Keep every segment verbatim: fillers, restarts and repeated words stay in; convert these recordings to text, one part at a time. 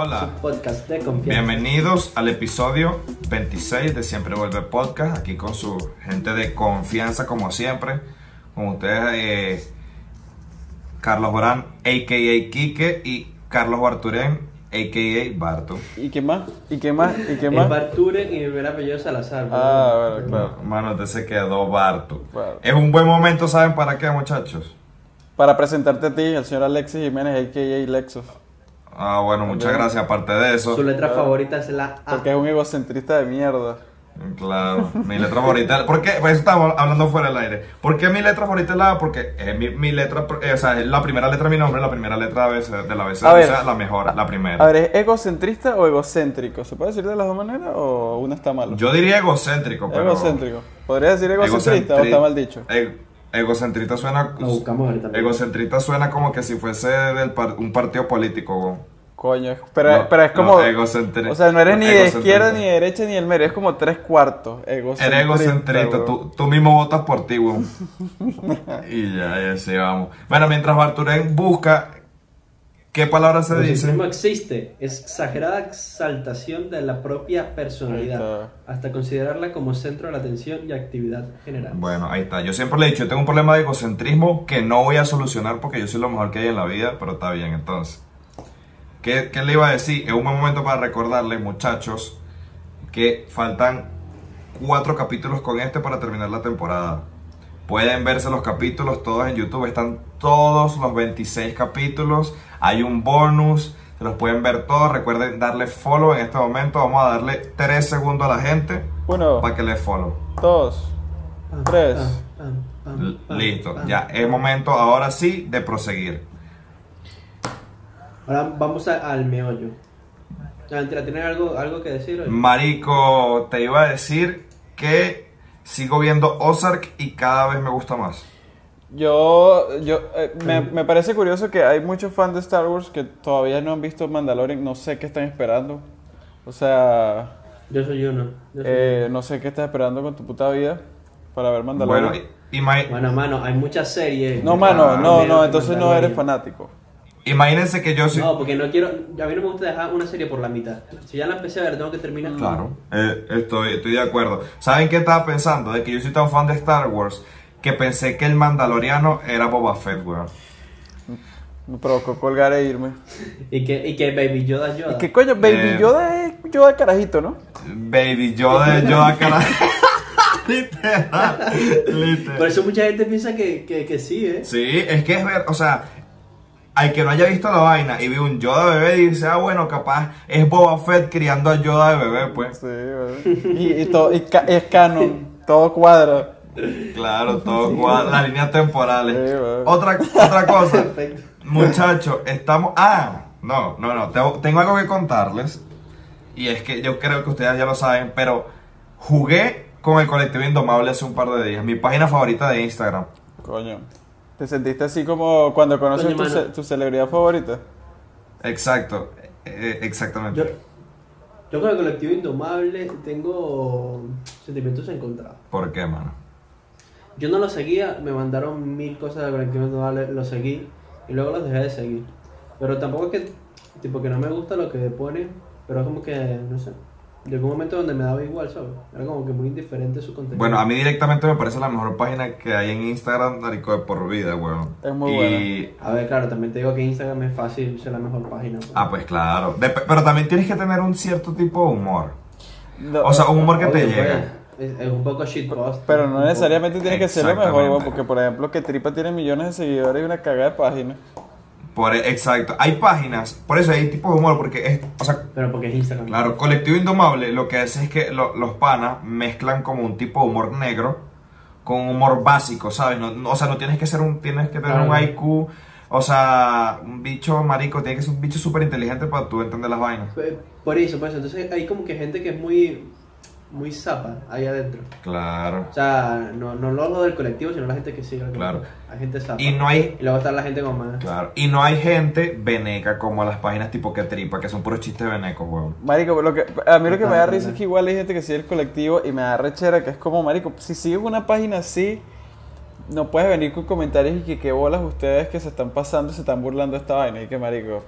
Hola. Su podcast de confianza. Bienvenidos al episodio veintiséis de Siempre Vuelve Podcast. Aquí con su gente de confianza, como siempre. Con ustedes, eh, Carlos Borán, a k a. Quique, y Carlos Barturén, a k a. Bartu. ¿Y qué más? ¿Y qué más? ¿Y qué más? Es Barturen y mi primer apellido es Salazar. Ah, bueno, claro. Mano, te se quedó Bartu. Claro. Es un buen momento, ¿saben para qué, muchachos? Para presentarte a ti, el señor Alexis Jiménez, a k a. Lexus. Ah, bueno, muchas gracias. Aparte de eso, Su letra Claro. favorita es la A. Porque es un egocentrista de mierda. claro, mi letra favorita. ¿Por qué? Pues estamos hablando fuera del aire. ¿Por qué mi letra favorita es la A? Porque es mi, mi letra, eh, o sea, es la primera letra de mi nombre, la primera letra de la A B C, A o ver. sea, la mejor, la primera. A ver, ¿es egocentrista o egocéntrico? ¿Se puede decir de las dos maneras o una está mal? Yo diría egocéntrico, pero. Egocéntrico. ¿Podrías decir egocentrista o egocentri- está mal dicho? e- Egocentrista suena. Lo buscamos ahorita. Egocentrista suena como que si fuese del par- un partido político, weón. Coño, pero, No, pero es como... no, egocentri- o sea, no eres ni de egocentrista. izquierda, ni de derecha, ni del medio. Es como tres cuartos. Egocentrista. Eres egocentrista, weón. tú, tú mismo votas por ti, weón. Y ya, y así vamos. Bueno, mientras Barturén busca qué palabra se El dice. egocentrismo existe. Es exagerada exaltación de la propia personalidad. Ahí Hasta considerarla como centro de la atención y actividad general. Bueno, ahí está. Yo siempre le he dicho, yo tengo un problema de egocentrismo que no voy a solucionar porque yo soy lo mejor que hay en la vida, pero está bien, entonces. ¿Qué, qué le iba a decir? Es un buen momento para recordarles, muchachos, que faltan cuatro capítulos con este para terminar la temporada. Pueden verse los capítulos todos en YouTube. Están todos los veintiséis capítulos. Hay un bonus. Se los pueden ver todos. Recuerden darle follow en este momento. Vamos a darle tres segundos a la gente Uno, para que le follow. dos, Pam, tres. pam, pam, pam, pam, Listo. pam, Ya es momento ahora sí de proseguir. Ahora vamos a- al meollo. Ah, mentira, ¿tienes algo, algo que decir hoy? Marico, te iba a decir que sigo viendo Ozark y cada vez me gusta más. Yo, yo eh, me, me parece curioso que hay muchos fans de Star Wars que todavía no han visto Mandalorian, no sé qué están esperando. O sea, Yo soy uno. Yo soy eh, no sé qué estás esperando con tu puta vida para ver Mandalorian. Bueno, y- ima- Mano, mano, hay muchas series. no, mano, Ah, no, Primero no, que entonces no Mandalorian. eres fanático. imagínense que yo soy... No, porque no quiero. A mí no me gusta dejar una serie por la mitad. Si ya la empecé a ver, tengo que terminar. Claro, eh, estoy, estoy de acuerdo. ¿Saben qué estaba pensando? De que yo soy tan fan de Star Wars que pensé que el Mandaloriano era Boba Fett, weón. Me provocó colgar e irme. Y que, y que Baby Yoda Yoda. ¿Y qué coño? Baby Eh, Yoda es Yoda carajito, ¿no? Baby Yoda, Yoda, cara. Literal, literal. Por eso mucha gente piensa que, que, que sí, ¿eh? Sí, es que es ver, o sea, al que no haya visto la vaina y ve un Yoda bebé y dice, ah, bueno, capaz es Boba Fett criando a Yoda de bebé, pues. Sí, ¿verdad? Y, y, todo, y ca- es canon, todo cuadra. Claro, todo cuadra, las líneas temporales. Sí, bueno. Otra, otra cosa, Perfecto. muchachos, estamos, ah, no, no, no, tengo, tengo algo que contarles y es que yo creo que ustedes ya lo saben, pero jugué con el Colectivo Indomable hace un par de días, mi página favorita de Instagram. Coño. ¿Te sentiste así como cuando conoces Coño, tu, mano. ce- tu celebridad favorita? Exacto, eh, exactamente. Yo, yo con el colectivo Indomable tengo sentimientos encontrados. ¿Por qué, mano? Yo no lo seguía, me mandaron mil cosas del colectivo Indomable, lo seguí y luego los dejé de seguir. Pero tampoco es que, tipo, que no me gusta lo que ponen, pero es como que, no sé, llegó un momento donde me daba igual, ¿sabes? Era como que muy indiferente su contenido. Bueno, a mí directamente me parece la mejor página que hay en Instagram, marico, de por vida, weón. Es muy y... A ver, claro, también te digo que Instagram es fácil ser la mejor página. pues. Ah, pues claro. Dep- pero también tienes que tener un cierto tipo de humor. No, O sea, un humor que te Obvio, llega. pues, Es, es un poco shitpost. pero no necesariamente tiene que ser lo mejor, Exactamente. weón, porque por ejemplo que Tripa tiene millones de seguidores y una cagada de página. Por, exacto. Hay páginas, por eso hay tipos de humor, porque es, o sea, Pero porque es Instagram. claro, Colectivo Indomable lo que hace es que lo- los panas mezclan como un tipo de humor negro con humor básico, ¿sabes? No, no- o sea, no tienes que ser un, tienes que tener Claro. un I Q, o sea, un bicho marico, tiene que ser un bicho súper inteligente para tú entender las vainas. Pues, por eso, pues, entonces hay como que gente que es muy, muy zapa ahí adentro. Claro. O sea, no, no lo del colectivo, sino la gente que sigue al Claro. colectivo. Hay gente zapa. Y no hay, Y luego está la gente como más. claro, y no hay gente veneca como las páginas tipo que tripa, que son puros chistes venecos, weón. Marico, lo que, a mí lo que me da Total, risa total. es que igual hay gente que sigue el colectivo y me da rechera, que es como, marico, si sigues una página así, no puedes venir con comentarios y que qué bolas ustedes que se están pasando, se están burlando de esta vaina y que, marico,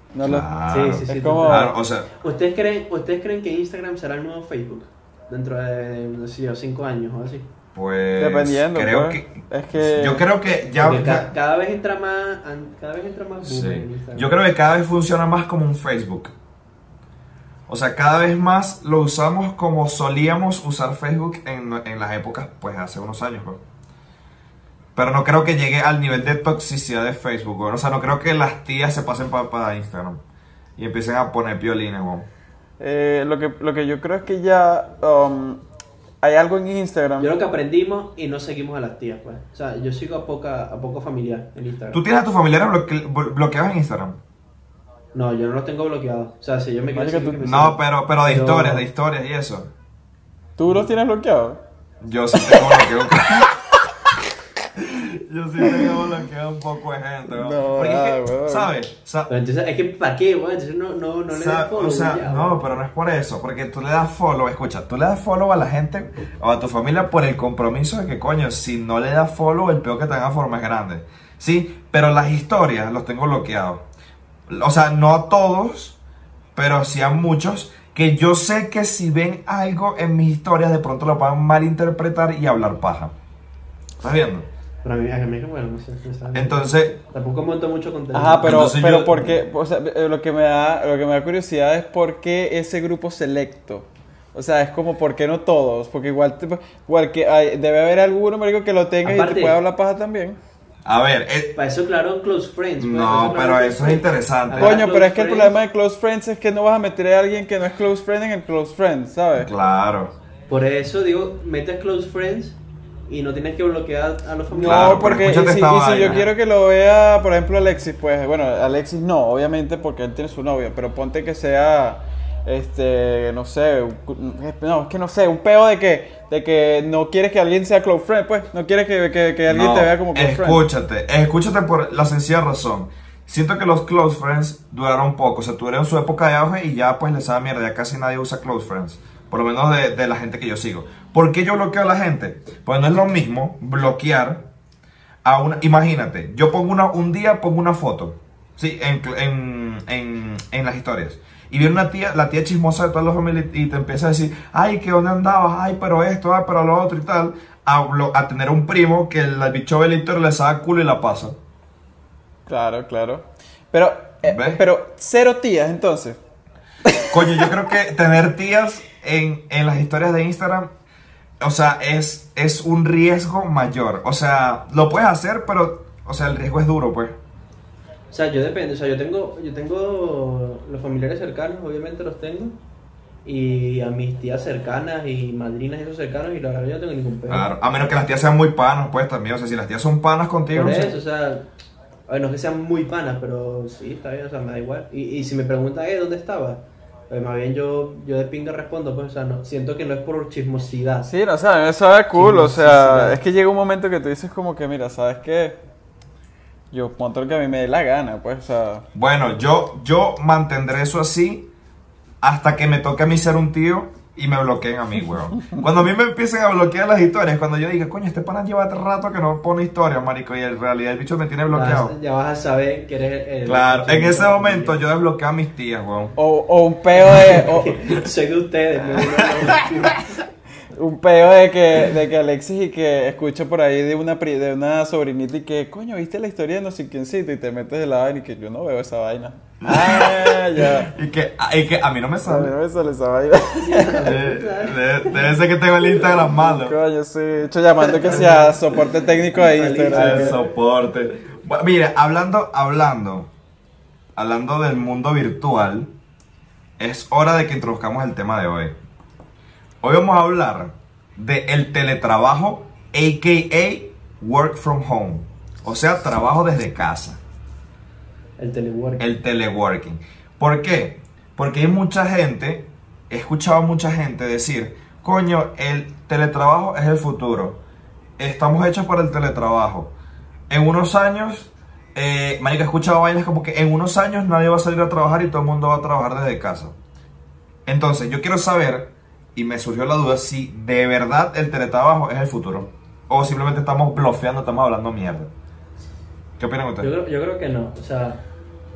No lo- Claro. Sí, sí, sí. Es como- total. Claro, o sea, ¿Ustedes creen, ¿Ustedes creen que Instagram será el nuevo Facebook? Dentro de, no sé yo, cinco años o así. pues. Dependiendo, Creo pues. que. Es que- Yo creo que ya. Porque ca- ya- cada vez entra más, an- cada vez entra más boom en sí. Instagram. Yo creo que cada vez funciona más como un Facebook. O sea, cada vez más lo usamos como solíamos usar Facebook en, en las épocas, pues hace unos años, pues. Pero no creo que llegue al nivel de toxicidad de Facebook, weón. O sea, no creo que las tías se pasen para Instagram y empiecen a poner piolines, weón. Eh, lo, que, lo que yo creo es que ya um, hay algo en Instagram. Yo lo que aprendimos y no seguimos a las tías, pues. O sea, yo sigo a poca, a poco familiar en Instagram. ¿Tú tienes a tus familiares bloque- blo- bloqueados en Instagram? No, yo no los tengo bloqueados. O sea, si yo me quiero Marica, seguir, tú- que me No, sigan. pero, pero de Yo- historias, de historias y eso. ¿Tú los tienes bloqueados? Yo sí tengo bloqueado. Yo sí tengo bloqueado un poco de gente, weón. No, Porque es ah, que, weón. ¿sabes? Sa- Pero entonces, es que, ¿para qué, güey? Entonces no, no, no le Sa- des follow. o sea, ya, no, güey. pero no es por eso, porque tú le das follow, escucha, tú le das follow a la gente o a tu familia por el compromiso de que, coño, si no le das follow, el peor que te haga forma es grande. Sí, pero las historias los tengo bloqueados. O sea, no a todos, pero sí a muchos, que yo sé que si ven algo en mis historias, de pronto lo puedan malinterpretar y hablar paja. ¿Estás viendo? Pero a mí, a mí, bueno, no sé. No sé. Entonces, Tampoco monto mucho contenido. Ajá, pero, Entonces pero yo- porque, o sea, eh, lo que me da, lo que me da curiosidad es por qué ese grupo selecto. O sea, es como, ¿por qué no todos? Porque igual, te- igual que hay- debe haber alguno, marico, que lo tenga y Aparte- te pueda hablar paja también. a ver, eh, Para eso, claro, close friends. pues, No, para eso, pero claro, eso es interesante. Ahora, Coño, pero close es que el friends- problema de close friends es que no vas a meter a alguien que no es close friend en el close friend, ¿sabes? claro. Por eso digo, metes close friends y no tienes que bloquear a los No, familiares. Claro, pero porque y escúchate si, esta y si yo vaina. quiero que lo vea, por ejemplo, Alexis, pues, bueno, Alexis no, obviamente, porque él tiene su novia, pero ponte que sea, este, no sé, un- no, es que no sé, un peo de que, de que no quieres que alguien sea close friend, pues, no quieres que, que, que alguien No, te vea como close friend. escúchate, escúchate por la sencilla razón. Siento que los close friends duraron poco, o sea, tuvieron su época de auge y ya pues les da mierda, ya casi nadie usa close friends. Por lo menos de, de la gente que yo sigo. ¿Por qué yo bloqueo a la gente? Pues no es lo mismo bloquear a una... Imagínate, yo pongo una, un día pongo una foto, ¿sí? En, en, en, en las historias. Y viene una tía, la tía chismosa de toda la familia y te empieza a decir, ay, ¿qué dónde andabas? Ay, pero esto, ay, pero lo otro y tal. A, blo- a tener un primo que el, el bicho Belito le saca culo y la pasa. Claro, claro. Pero, eh, ¿Ves? pero cero tías, entonces. Coño, yo creo que tener tías en, en las historias de Instagram, o sea, es, es un riesgo mayor. O sea, lo puedes hacer, pero, o sea, el riesgo es duro, pues. O sea, yo depende, o sea, yo tengo, yo tengo los familiares cercanos, obviamente los tengo, y a mis tías cercanas y madrinas y esos cercanos, y la verdad yo no tengo ningún pedo. Claro, a menos que las tías sean muy panas, pues también. O sea, si las tías son panas contigo, Por no sé. eso, o sea, a ver, no es que sean muy panas, pero sí, está bien, o sea, me da igual. Y, y si me preguntan, eh, ¿dónde estaba? Pues más bien yo, yo de pinga respondo, pues, o sea, no, siento que no es por chismosidad. Sí, no, o sea, a mí me sabe cool, Sí, o sí, sea, sí. es que llega un momento que tú dices como que, mira, ¿sabes qué? Yo monto lo que a mí me dé la gana, pues, o sea... Bueno, yo, yo mantendré eso así hasta que me toque a mí ser un tío y me bloqueen a mí, weón. Cuando a mí me empiecen a bloquear las historias, cuando yo diga, coño, este pana lleva rato que no pone historias, marico, y en realidad el bicho me tiene bloqueado. Ya, ya vas a saber que eres el... Claro, el- en ese momento yo desbloqueo a mis tías, weón. O, o un peo de... o- Soy de ustedes, no, no, no. un peo de que, de que Alexis y que escucho por ahí de una, pri- de una sobrinita y que, coño, ¿viste la historia de no sé quiéncito? Y te metes de la vaina y que yo no veo esa vaina. Ah, ya. Y que, y que a mí no me A mí sale. no me sale esa vaina. Eh, de- debe ser que tengo el Instagram malo. Coño, sí. De hecho, llamando que sea soporte técnico de Instagram. El soporte. Bueno, mira, hablando, hablando, hablando del mundo virtual, es hora de que introduzcamos el tema de hoy. Hoy vamos a hablar de el teletrabajo, a k a work from home. O sea, trabajo desde casa. El telework. El teleworking. ¿Por qué? Porque hay mucha gente, he escuchado a mucha gente decir, coño, el teletrabajo es el futuro. Estamos hechos para el teletrabajo. En unos años, eh, marica, he escuchado vainas como que en unos años nadie va a salir a trabajar y todo el mundo va a trabajar desde casa. Entonces, yo quiero saber, y me surgió la duda, si de verdad el teletrabajo es el futuro. O simplemente estamos blofeando, estamos hablando mierda. ¿Qué opinan Yo ustedes? creo, yo creo que no, o sea,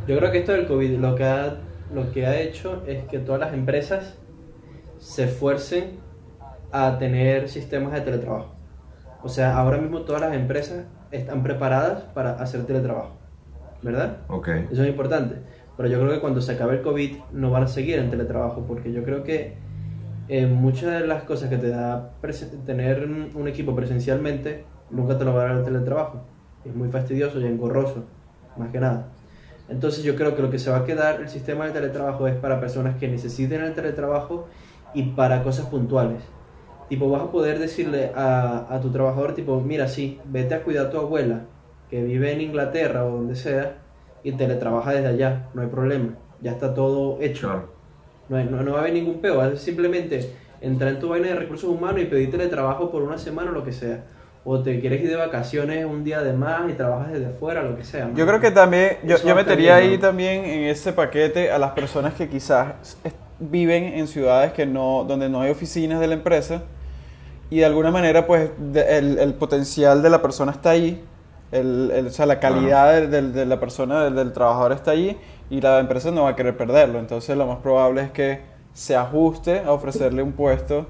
Yo creo que esto del COVID lo que ha, lo que ha hecho es que todas las empresas se esfuercen a tener sistemas de teletrabajo. O sea, ahora mismo todas las empresas están preparadas para hacer teletrabajo, ¿verdad? Ok. Eso es importante. Pero yo creo que cuando se acabe el COVID no van a seguir en teletrabajo, porque yo creo que eh, muchas de las cosas que te da tener un equipo presencialmente, nunca te lo va a dar el teletrabajo. Es muy fastidioso y engorroso, más que nada. Entonces yo creo que lo que se va a quedar, el sistema de teletrabajo, es para personas que necesiten el teletrabajo y para cosas puntuales. Tipo, vas a poder decirle a, a tu trabajador, tipo, mira, sí, vete a cuidar a tu abuela, que vive en Inglaterra o donde sea, y teletrabaja desde allá, no hay problema, ya está todo hecho. Claro. No, hay- no, no va a haber ningún peo, es simplemente entrar en tu vaina de recursos humanos y pedir teletrabajo por una semana o lo que sea. O te quieres ir de vacaciones un día de más y trabajas desde afuera, lo que sea. Yo man. creo que también, yo, Eso yo va a estar metería bien, ahí ¿no? también en ese paquete a las personas que quizás es- viven en ciudades que no, donde no hay oficinas de la empresa y de alguna manera pues de- el, el potencial de la persona está ahí, el, el- o sea, la calidad de, de- de la persona, del, del trabajador está allí y la empresa no va a querer perderlo. Entonces lo más probable es que se ajuste a ofrecerle un puesto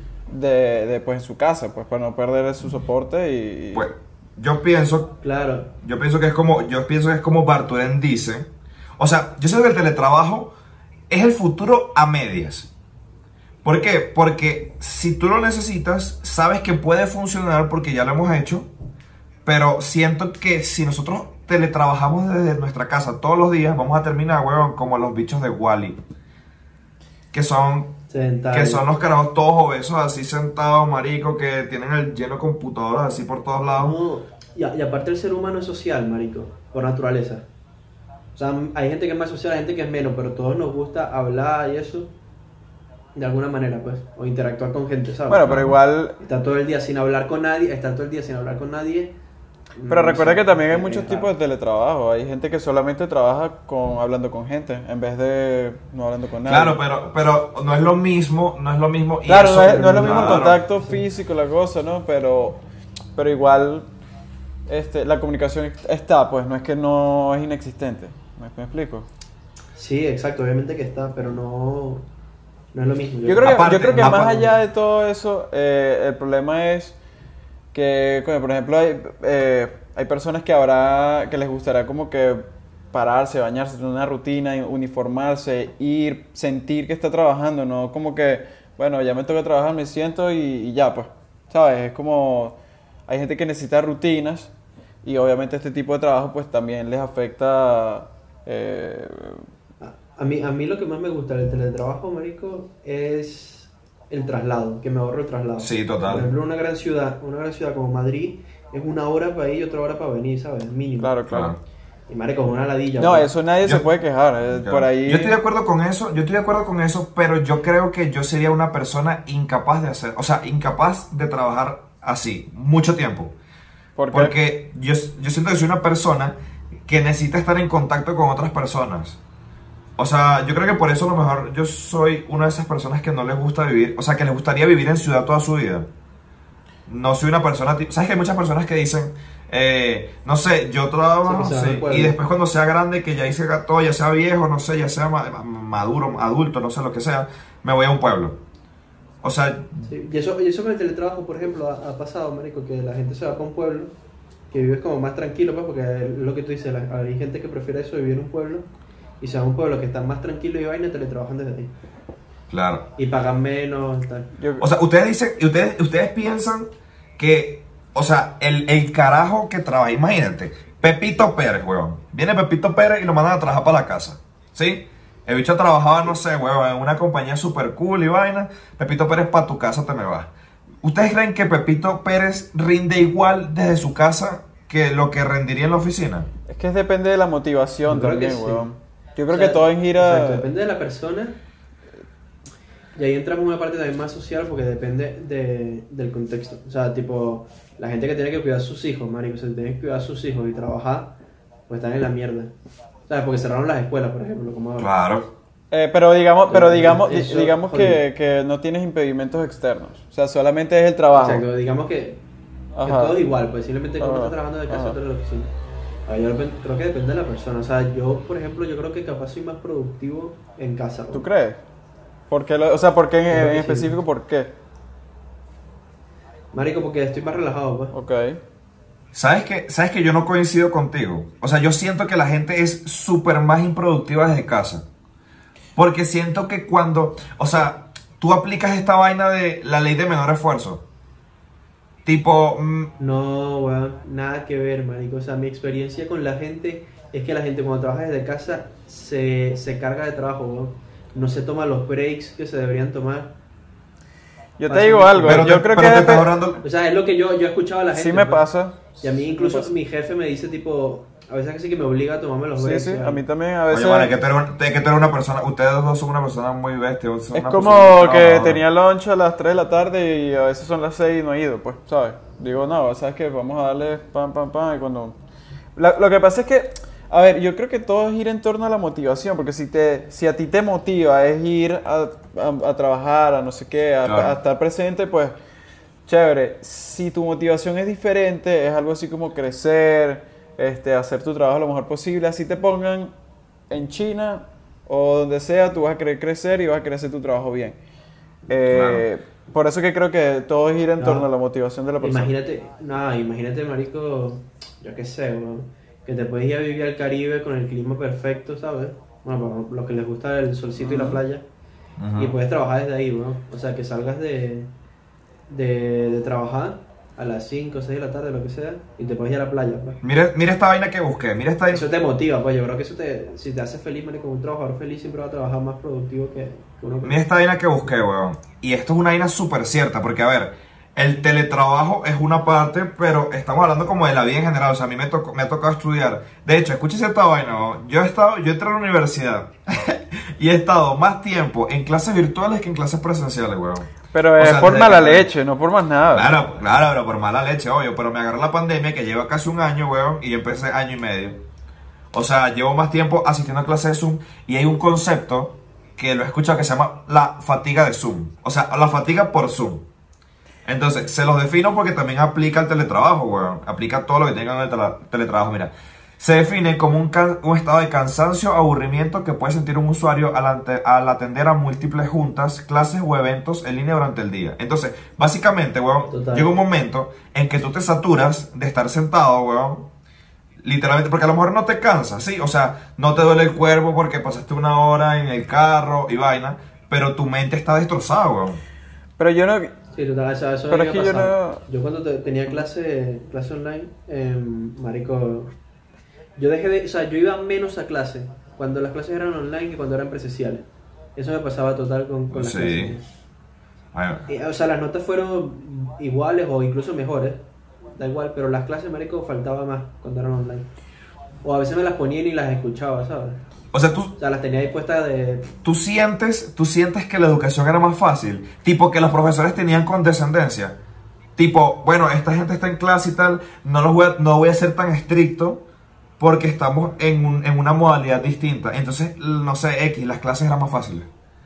de, de, pues, en su casa, pues para no perder su soporte y... Pues yo pienso, Claro, yo pienso que es como, yo pienso que es como Barturén dice. O sea, yo sé que el teletrabajo es el futuro a medias. ¿Por qué? Porque si tú lo necesitas, sabes que puede funcionar porque ya lo hemos hecho. Pero siento que si nosotros teletrabajamos desde nuestra casa todos los días, vamos a terminar, huevón, como los bichos de Wall-E. Que son, sedentario. que son los carajos todos obesos, así sentados, marico, que tienen el lleno de computadoras así por todos lados. No, y, a- y aparte el ser humano es social, marico, por naturaleza. O sea, hay gente que es más social, hay gente que es menos, pero a todos nos gusta hablar y eso, de alguna manera, pues, o interactuar con gente, ¿sabes? Bueno, pero igual... Estar todo el día sin hablar con nadie, estar todo el día sin hablar con nadie. Pero no recuerda sé, que también hay es muchos raro. tipos de teletrabajo. Hay gente que solamente trabaja con hablando con gente en vez de no hablando con nadie. Claro, pero, pero no es lo mismo, no es lo mismo. y Claro, eso- no es, no es lo mismo el claro. contacto físico, la cosa, ¿no? Pero, pero igual este, la comunicación está, pues no es que no es inexistente. ¿Me, me explico? Sí, exacto, obviamente que está, pero no, no es lo mismo. Yo creo que, Aparte- yo creo que más aparte- allá de todo eso, eh, el problema es que, coño, por ejemplo, hay, eh, hay personas que habrá, que les gustará como que pararse, bañarse, tener una rutina, uniformarse, ir, sentir que está trabajando, ¿no? Como que, bueno, ya me toca trabajar, me siento y, y ya, pues, ¿sabes? Es como, hay gente que necesita rutinas y obviamente este tipo de trabajo pues también les afecta... eh, A, a mí, a mí lo que más me gusta del teletrabajo, marico, es el traslado, que me ahorro el traslado. Sí, total. Por ejemplo, una gran ciudad, una gran ciudad como Madrid, es una hora para ir y otra hora para venir, ¿sabes? Mínimo. claro, claro. Claro. Y marico, es una ladilla. No, pues. eso nadie Yo- se puede quejar. eh, Claro. Por ahí... Yo estoy de acuerdo con eso, yo estoy de acuerdo con eso, pero yo creo que yo sería una persona incapaz de hacer, o sea, incapaz de trabajar así, mucho tiempo. ¿Por qué? Porque yo, yo siento que soy una persona que necesita estar en contacto con otras personas. O sea, yo creo que por eso a lo mejor yo soy una de esas personas que no les gusta vivir, o sea, que les gustaría vivir en ciudad toda su vida. No soy una persona, tipo- ¿sabes que hay muchas personas que dicen, eh, no sé, yo trabajo, Sí, que se van sí, al pueblo. y después cuando sea grande, que ya hice todo, ya sea viejo, no sé, ya sea ma- ma- maduro, adulto, no sé lo que sea, me voy a un pueblo. O sea, Sí, y, eso, y eso con el teletrabajo, por ejemplo, ha, ha pasado, marico, que la gente se va para un pueblo, que vives como más tranquilo, pues, porque es lo que tú dices, la- hay gente que prefiere eso, vivir en un pueblo, y se va a un pueblo que está más tranquilo y vaina, y teletrabajan desde ahí. claro. Y pagan menos y tal. Yo- O sea, ustedes dicen, ustedes, ustedes piensan que, o sea, el, el carajo que trabaja, imagínate, Pepito Pérez, weón. Viene Pepito Pérez y lo mandan a trabajar para la casa, ¿sí? El bicho trabajaba, no sé, weón, en una compañía super cool y vaina. Pepito Pérez, para tu casa te me vas. ¿Ustedes creen que Pepito Pérez rinde igual desde su casa que lo que rendiría en la oficina? Es que depende de la motivación Yo creo también, que sí. weón. Yo creo O sea, que todo en gira... exacto, depende de la persona. Y ahí entramos en una parte también más social porque depende de, del contexto. O sea, tipo, la gente que tiene que cuidar a sus hijos, marico, o sea, tiene que cuidar a sus hijos y trabajar, pues están en la mierda. ¿Sabes? Porque cerraron las escuelas, por ejemplo, como ahora. Claro. Eh, pero digamos, pero digamos, di- Eso, digamos que, jodido. que no tienes impedimentos externos. O sea, solamente es el trabajo. Exacto, digamos que, que Ajá. todo es igual, pues simplemente como Ajá. estás trabajando de casa, Ajá. tú eres de la oficina. A ver, yo dep- creo que depende de la persona. O sea, yo, por ejemplo, yo creo que capaz soy más productivo en casa. ¿Tú ¿no? crees? ¿Por qué lo- o sea, ¿por qué en, Yo creo en que sí. específico? ¿Por qué? Marico, porque estoy más relajado, pues. Ok. ¿Sabes que, ¿Sabes que yo no coincido contigo? O sea, yo siento que la gente es súper más improductiva desde casa. Porque siento que cuando, o sea, tú aplicas esta vaina de la ley de menor esfuerzo. Tipo, mm, No, weón, nada que ver, marico. O sea, mi experiencia con la gente es que la gente cuando trabaja desde casa se, se carga de trabajo, weón. No se toma los breaks que se deberían tomar. Yo te Pasa digo mucho. algo, pero yo te, creo pero que te estás depe- ahorrando. O sea, es lo que yo, yo he escuchado a la gente. sí me pues. pasa. Y a mí Sí me incluso pasa. mi jefe me dice tipo, a veces que sí que me obliga a tomarme los Sí, breaks. sí, ¿sabes? a mí también a veces... Oye, vale, que tú, eres, un- que tú eres una persona, ustedes dos son una persona muy bestia. son Es una como persona muy que trabajadora. tenía lunch a las tres de la tarde y a veces son las seis y no he ido, pues, ¿sabes? Digo, no, ¿sabes qué? Vamos a darle pam, pam, pam y cuando... La- lo que pasa es que, a ver, yo creo que todo es ir en torno a la motivación, porque si, te, si a ti te motiva es ir a, a- a trabajar, a no sé qué, a, Claro. a estar presente, pues, chévere. Si tu motivación es diferente, es algo así como crecer, este, hacer tu trabajo lo mejor posible, así te pongan en China o donde sea, tú vas a querer crecer y vas a querer hacer tu trabajo bien. Eh, Por eso que creo que todo es ir en No. torno a la motivación de la persona. Imagínate, nada, imagínate, marico, yo qué sé, weón, que te puedes ir a vivir al Caribe con el clima perfecto, ¿sabes? Bueno, para los que les gusta el solcito y la playa. Ujú. Y puedes trabajar desde ahí, weón. O sea, que salgas de, de, de trabajar a las cinco o seis de la tarde, lo que sea, y te puedes ir a la playa, pues. Mira, mira esta vaina que busqué. Mira esta Eso te motiva, pues yo creo que eso te, si te hace feliz, marico, un trabajador feliz siempre va a trabajar más productivo que, que uno que... Mira esta vaina que busqué, weón. Y esto es una vaina súper cierta, porque a ver, el teletrabajo es una parte, pero estamos hablando como de la vida en general. O sea, a mí me, tocó, me ha tocado estudiar. De hecho, escúchese esta vaina, weón. Yo he estado, yo entré a la universidad y he estado más tiempo en clases virtuales que en clases presenciales, weón. Pero O es sea, por desde mala que- leche, no por más nada. Claro, claro, pero por mala leche, obvio. Pero me agarró la pandemia que lleva casi un año, weón, y yo empecé año y medio. O sea, llevo más tiempo asistiendo a clases de Zoom y hay un concepto que lo he escuchado que se llama la fatiga de Zoom. O sea, la fatiga por Zoom. Entonces, se los defino porque también aplica al teletrabajo, weón. Aplica todo lo que tengan en el tele- teletrabajo. Mira, se define como un, can- un estado de cansancio, aburrimiento que puede sentir un usuario al, ante- al atender a múltiples juntas, clases o eventos en línea durante el día. Entonces, básicamente, weón, Total. llega un momento en que tú te saturas de estar sentado, weón. Literalmente, porque a lo mejor no te cansas, ¿sí? O sea, no te duele el cuerpo porque pasaste una hora en el carro y vaina, pero tu mente está destrozada, weón. Pero yo no... Sí, total, eso, eso Pero me es que ha yo pasado. Yo cuando te- tenía clase, clase online, em, marico, yo dejé de, o sea, yo iba menos a clase cuando las clases eran online que cuando eran presenciales. Eso me pasaba total con, con las Sí. clases. Ay, Y, o sea, las notas fueron iguales o incluso mejores, da igual, pero las clases, marico, faltaba más cuando eran online. O a veces me las ponía y ni las escuchaba, ¿sabes? O sea, tú, O sea, las tenía ahí puestas de... tú sientes, tú sientes que la educación era más fácil, tipo que los profesores tenían condescendencia. Tipo, bueno, esta gente está en clase y tal, no los voy a, no voy a ser tan estricto porque estamos en, un- en una modalidad distinta. Entonces, no sé, X, las clases eran más fáciles.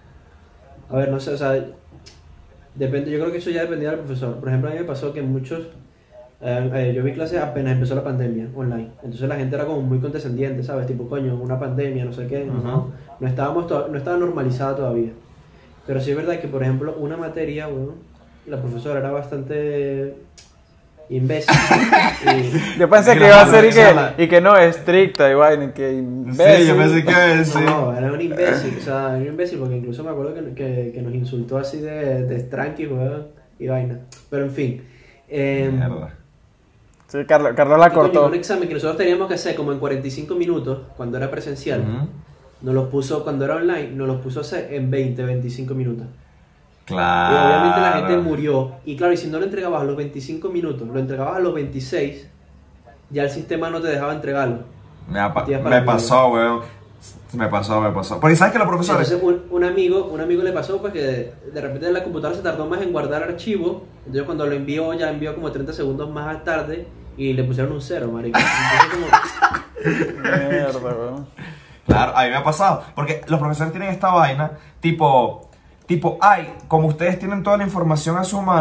A ver, no sé, o sea, depende, yo creo que eso ya dependía del profesor. Por ejemplo, a mí me pasó que muchos, eh, eh, yo vi clases apenas empezó la pandemia online, entonces la gente era como muy condescendiente, ¿sabes? Tipo, coño, una pandemia, no sé qué, Ujú. no, no, estábamos to- no estaba normalizada todavía. Pero sí es verdad que, por ejemplo, una materia, bueno, la profesora era bastante imbécil. y- Yo pensé Y que la iba a ser y mala- que, y que no, estricta y vaina, y que imbécil. Sí, yo pensé que iba a decir. No, era un imbécil, o sea, era un imbécil porque incluso me acuerdo que, que, que nos insultó así de, de tranqui, weón, y vaina. Pero en fin. em, Mierda. Sí, Carlos, Carlos la y coño, cortó. un examen que nosotros teníamos que hacer como en cuarenta y cinco minutos, cuando era presencial, Ujú. nos los puso, cuando era online, nos los puso a hacer en veinte, veinticinco minutos. Claro. Y obviamente la gente murió. Y claro, y si no lo entregabas a los veinticinco minutos, lo entregabas a los veintiséis, ya el sistema no te dejaba entregarlo. Me, ha pa- Días para me mí. pasó, weón. Me pasó, me pasó. Porque sabes que los profesores. Entonces un, un amigo un amigo le pasó pues que de, de repente la computadora se tardó más en guardar archivo. Entonces cuando lo envió, ya envió como treinta segundos más tarde y le pusieron un cero, marico. Entonces, como, Mierda, weón. Claro, a mí me ha pasado. Porque los profesores tienen esta vaina, tipo, tipo, ay, como ustedes tienen toda la información a su mano,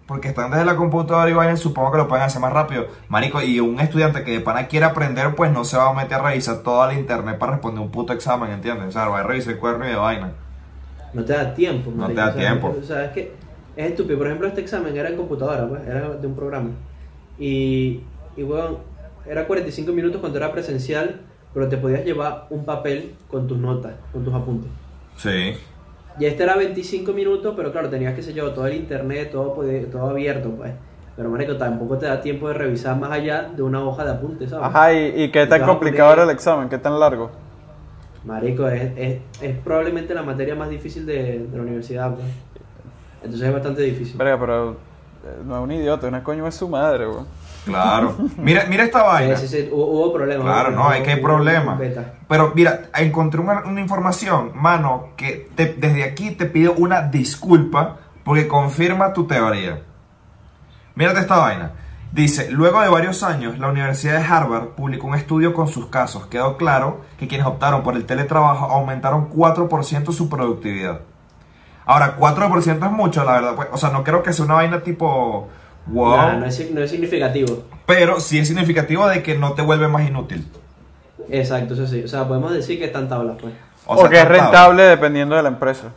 porque están desde la computadora y vayan, supongo que lo pueden hacer más rápido. Marico, y un estudiante que de pana quiere aprender, pues no se va a meter a revisar toda la internet para responder un puto examen, ¿entiendes? O sea, va a revisar el cuaderno y de vaina. No te da tiempo, No marico, te da o sea, tiempo. O sea, es que es estúpido. Por ejemplo, este examen era en computadora, pues, era de un programa. Y, y bueno, era cuarenta y cinco minutos cuando era presencial, pero te podías llevar un papel con tus notas, con tus apuntes. Sí. Y este era veinticinco minutos, pero claro, tenías que sé yo, todo el internet, todo, podía- todo abierto, pues. Pero marico, tampoco te da tiempo de revisar más allá de una hoja de apuntes, ¿sabes? Ajá, ¿y, y qué tan Vas a complicado poner- era el examen? ¿Qué tan largo? Marico, es, es, es probablemente la materia más difícil de, de la universidad, pues. Entonces es bastante difícil. Verga, pero eh, no es un idiota, una coño es su madre, weón. Claro. Mira, mira esta vaina. Sí, sí, sí, hubo, hubo problemas. Claro, hubo- no, es que hay hubo- problemas. hubo beta. Pero mira, encontré una, una información, mano, que te- desde aquí te pido una disculpa porque confirma tu teoría. Mírate esta vaina. Dice, luego de varios años, la Universidad de Harvard publicó un estudio con sus casos. Quedó claro que quienes optaron por el teletrabajo aumentaron cuatro por ciento su productividad. Ahora, cuatro por ciento es mucho, la verdad. Pues, o sea, no creo que sea una vaina tipo, wow. Nah, no, es, no es significativo. Pero sí es significativo de que no te vuelve más inútil. Exacto, eso sí. O sea, podemos decir que están tablas, pues. O, sea, que es rentable. rentable dependiendo de la empresa.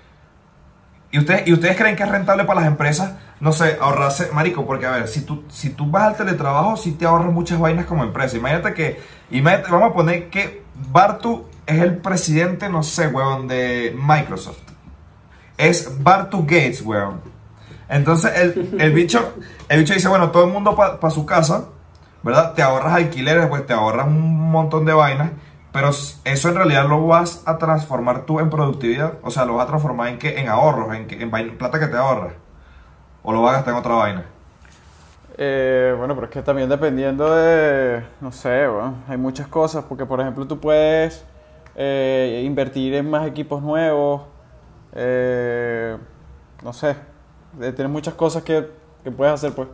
¿Y ustedes, ¿Y ustedes creen que es rentable para las empresas? No sé, ahorrarse, marico, porque a ver, si tú, si tú vas al teletrabajo, sí te ahorras muchas vainas como empresa. Imagínate que, imagínate, vamos a poner que Bartu es el presidente, no sé, weón, de Microsoft. Es Bartu Gates, weón. Entonces el, el bicho, el bicho dice, bueno, todo el mundo para pa su casa, ¿verdad? Te ahorras alquileres, pues te ahorras un montón de vainas. Pero eso en realidad lo vas a transformar tú en productividad. O sea, lo vas a transformar en qué, en ahorros, en, que- en vaina- plata que te ahorras. O lo vas a gastar en otra vaina. Eh, bueno, pero es que también dependiendo de, no sé, bueno, hay muchas cosas, porque por ejemplo tú puedes eh, invertir en más equipos nuevos, eh, no sé, eh, tienes muchas cosas que, que puedes hacer, pues.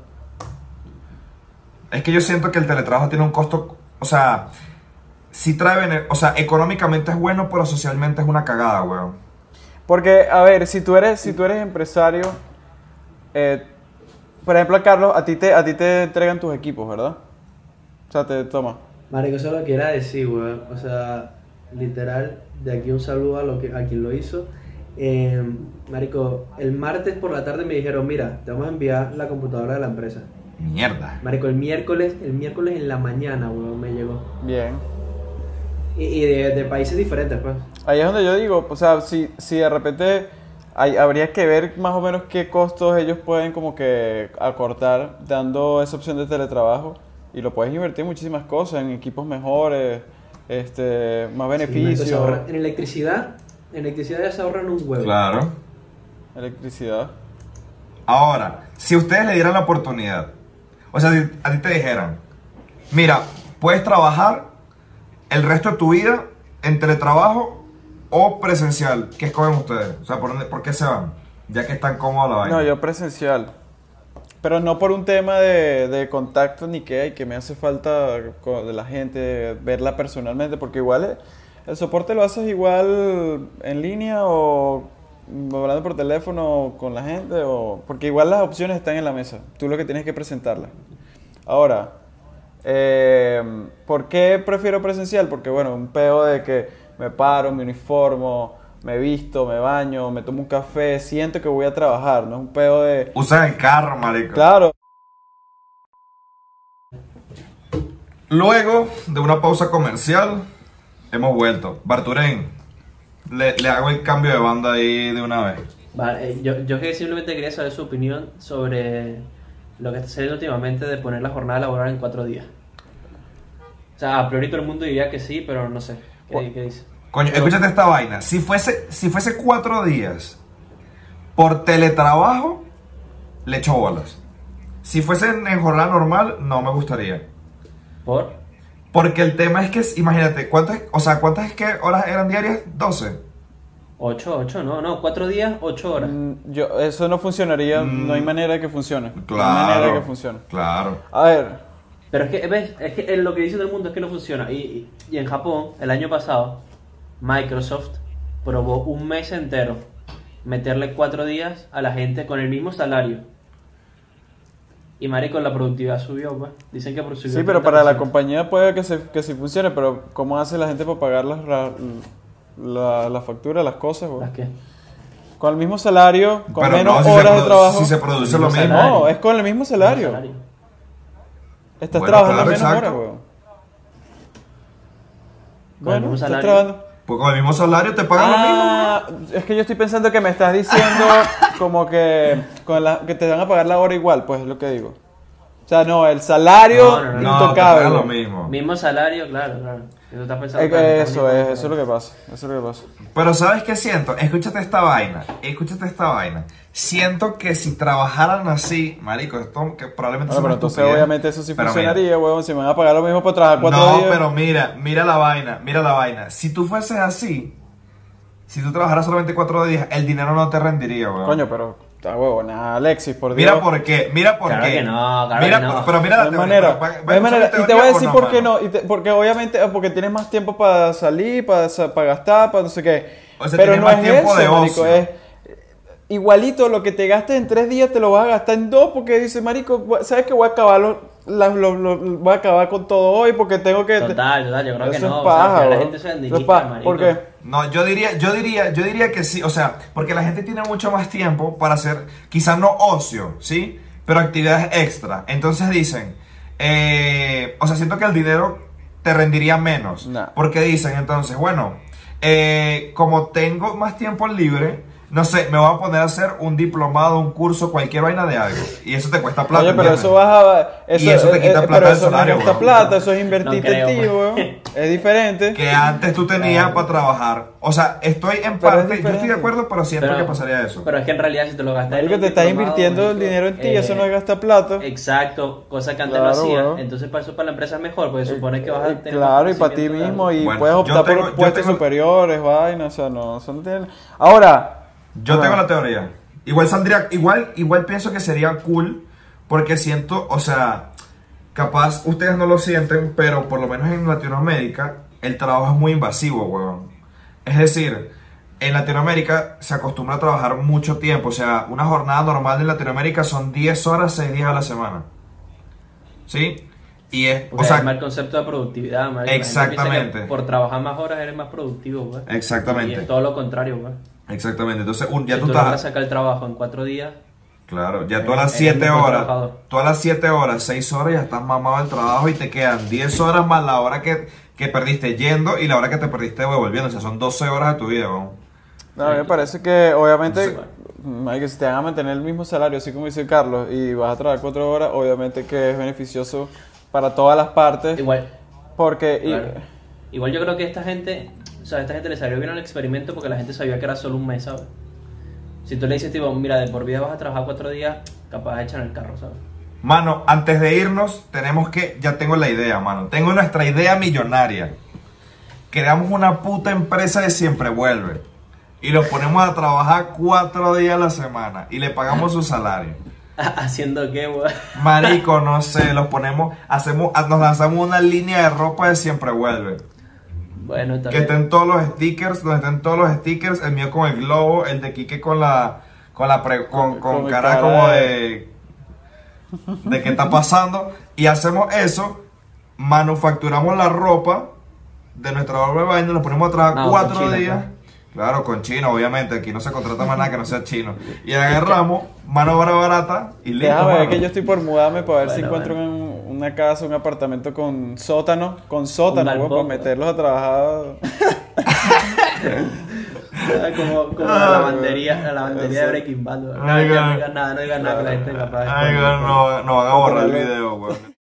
Es que yo siento que el teletrabajo tiene un costo, o sea, sí trae, bene- o sea, económicamente es bueno, pero socialmente es una cagada, weón. Porque, a ver, si tú eres, si tú eres empresario, eh, por ejemplo, Carlos, a ti te, a ti te entregan tus equipos, ¿verdad? O sea, te toma. Marico, eso es lo que quiera decir, weón. O sea, literal, de aquí un saludo a, lo que, a quien lo hizo. Eh, marico, el martes por la tarde me dijeron, mira, te vamos a enviar la computadora de la empresa. Mierda. Marico, el miércoles, el miércoles en la mañana, weón, me llegó. Bien. Y, y de, de países diferentes, pues. Ahí es donde yo digo, o sea, si, si de repente hay, habría que ver más o menos qué costos ellos pueden como que acortar dando esa opción de teletrabajo y lo puedes invertir en muchísimas cosas, en equipos mejores, este, más Sí, marico, se beneficios, ahorra- en electricidad, en electricidad ya se ahorran un huevo. Claro. electricidad. Ahora, si ustedes le dieran la oportunidad, o sea, si a ti te dijeran, mira, puedes trabajar el resto de tu vida en teletrabajo o presencial, ¿qué escogen ustedes? O sea, ¿por, dónde- por qué se van? Ya que están cómodos la vaina. No, yo presencial. Pero no por un tema de, de contacto ni que hay, que me hace falta co- de la gente, verla personalmente, porque igual eh, el soporte lo haces igual en línea o hablando por teléfono con la gente, o porque igual las opciones están en la mesa, tú lo que tienes que presentarlas. Ahora, eh, ¿por qué prefiero presencial? Porque bueno, un peo de que me paro, me uniformo, me visto, me baño, me tomo un café, siento que voy a trabajar, no es un peo de... Usan el carro, marico. Claro. Luego de una pausa comercial, hemos vuelto. Barturén, le, le hago el cambio de banda ahí de una vez. Vale, eh, yo, yo que simplemente quería saber su opinión sobre lo que está saliendo últimamente de poner la jornada laboral en cuatro días. O sea, a priori todo el mundo diría que sí, pero no sé. ¿Qué, qué dice? Coño, escúchate esta vaina. Si fuese, si fuese cuatro días por teletrabajo, le echo bolas. Si fuese en jornada normal, no me gustaría. ¿Por? Porque el tema es que, imagínate, ¿cuántas, o sea, ¿cuántas es que horas eran diarias? doce. Ocho, ocho, no, no, cuatro días, ocho horas. Mm, Yo, eso no funcionaría, Mm. no hay manera de que funcione. No hay Claro. manera de que funcione. Claro. A ver, Pero es que, ¿ves? Es que lo que dice todo el mundo es que no funciona. Y, y, y en Japón, el año pasado, Microsoft probó un mes entero meterle cuatro días a la gente con el mismo salario. Y marico, la productividad subió, pues. Dicen que por subió Sí, pero para la treinta por ciento. compañía puede que, se, que sí funcione, pero ¿cómo hace la gente para pagar las la, la, la factura, las cosas, weón? ¿Las qué? Con el mismo salario, con Pero menos no, si horas se de produ- trabajo. si se produce lo Mismo mismo. salario. No, es con el mismo salario. Salario. Estás Bueno, trabajando claro, menos exacto. horas, weón. Con el Bueno, mismo estás salario. trabajando. Pues con el mismo salario te pagan lo mismo. Ah, es que yo estoy pensando que me estás diciendo como que, con la, que te van a pagar la hora igual, pues es lo que digo. O sea, no, el salario No, no, no, No, te intocable. pagan lo mismo. Mismo salario, claro, claro. Y tú estás pensando Es que que estás eso único, es, eso es lo que pasa. Eso es lo que pasa. Pero ¿sabes qué siento? Escúchate esta vaina. Escúchate esta vaina. Siento que si trabajaran así, marico, esto que probablemente Bueno, sea pero una entonces estupidez, obviamente eso sí pero funcionaría, weón. Si me van a pagar lo mismo por trabajar mira, cuatro no, días. pero mira, mira la vaina, mira la vaina. Si tú fueses así, si tú trabajaras solamente cuatro días, el dinero no te rendiría, weón. Coño, pero está huevona, Alexis, por Dios. Mira por qué, mira por Claro qué. que no, claro mira, que no. Pero mira No la hay teoría. manera. Va- va- No hay va a manera. escuchar mi Y te voy a teoría o decir no, por qué mano? no. y te- porque obviamente, eh, porque tienes más tiempo para salir, para, sa- para gastar, para no sé qué. O sea, Pero tienes no más es tiempo eso, de marico. ocio. Es igualito lo que te gastes en tres días te lo vas a gastar en dos porque dices, marico, voy- ¿sabes que voy a acabar lo- la- lo- lo- voy a acabar con todo hoy porque tengo que... Total, total, yo creo que Eso no. es o sea, paja, que la weón. gente se Eso es administra, paja. marico. ¿Por qué? No, yo diría, yo diría, yo diría que sí, o sea, porque la gente tiene mucho más tiempo para hacer, quizás no ocio, ¿sí? Pero actividades extra. Entonces dicen, eh, o sea, siento que el dinero te rendiría menos. Nah. Porque dicen, entonces, bueno, eh, como tengo más tiempo libre, no sé, me voy a poner a hacer un diplomado, un curso, cualquier vaina de algo. Y eso te cuesta plata. Oye, pero ¿entiendes? eso vas a... Y eso te quita eh, plata pero del eso salario, no cuesta weón. plata, eso es invertir No creo, en ti, weón. weón. Es diferente. Que antes tú tenías para trabajar. O sea, estoy en Pero es parte, yo estoy de diferente. acuerdo, pero siento Pero- que pasaría eso. Pero es que en realidad si te lo gastas en Marico, un te estás diplomado, invirtiendo el marico, dinero en ti, eh, eso no es gastar plata. Exacto, cosa que antes Claro, no hacían. weón. Entonces para eso para la empresa es mejor, porque supone que vas a Eh, tener Claro, y más para ti conocimiento, mismo, claro. y Bueno, puedes yo optar tengo- por yo puestos tengo- superiores, vainas, o sea, no, eso no tiene... Ahora... Yo tengo bueno, la teoría. Igual saldría, igual, igual pienso que sería cool, porque siento, o sea, capaz ustedes no lo sienten, pero por lo menos en Latinoamérica el trabajo es muy invasivo, weón. Es decir, en Latinoamérica se acostumbra a trabajar mucho tiempo, o sea, una jornada normal en Latinoamérica son diez horas, seis días a la semana. ¿Sí? Y es, Porque o sea, es más el concepto de productividad, marico. La gente Exactamente. piensa que por trabajar más horas eres más productivo, güey. Exactamente. Y es todo lo contrario, güey. exactamente, entonces un, ya Si tú tú logras estás... sacar el trabajo en cuatro días, Claro, ya tú a Eres- las eres siete mejor horas, trabajador. tú a las siete horas, seis horas ya estás mamado del trabajo y te quedan diez horas más la hora que, que perdiste yendo y la hora que te perdiste volviendo, o sea, son doce horas de tu vida, weón. No, a mí me parece que obviamente, Sí. marico, si te van a mantener el mismo salario, así como dice Carlos, y vas a trabajar cuatro horas, obviamente que es beneficioso para todas las partes, igual. porque... y- Claro. Igual yo creo que esta gente, o sea, a esta gente le salió bien el experimento porque la gente sabía que era solo un mes, ¿sabes? Si tú le dices, tipo, mira, de por vida vas a trabajar cuatro días, capaz de echar el carro, ¿sabes? Mano, antes de irnos, tenemos que, ya tengo la idea, mano, tengo nuestra idea millonaria. Creamos una puta empresa de siempre vuelve y los ponemos a trabajar cuatro días a la semana y le pagamos su salario. ¿Haciendo qué, güey? Marico, no sé, los ponemos, hacemos, nos lanzamos una línea de ropa de siempre vuelve. Bueno, está Que bien. estén todos los stickers, donde estén todos los stickers, el mío con el globo, el de Quique con la, con la, pre- con, con Con mi cara cara como de- de, de qué está pasando, y hacemos eso, manufacturamos la ropa de nuestra barba de baño, nos ponemos a trabajar No, con cuatro China, días, pues. claro, con chino, obviamente, aquí no se contrata más nada que no sea chino, y agarramos mano de obra barata y listo. Déjame ver mano. que yo estoy por mudarme para ver si Bueno, encuentro bueno. un- una casa, un apartamento con sótano, con sótano, Un weón, galpón, para meterlos a trabajar. Ah, como, como la lavandería, la lavandería de Breaking Bad, güey. No, Ay, ya no God. digas nada, no digas nada que la gente capaz de Ay, no, no van a borrar el video, weón.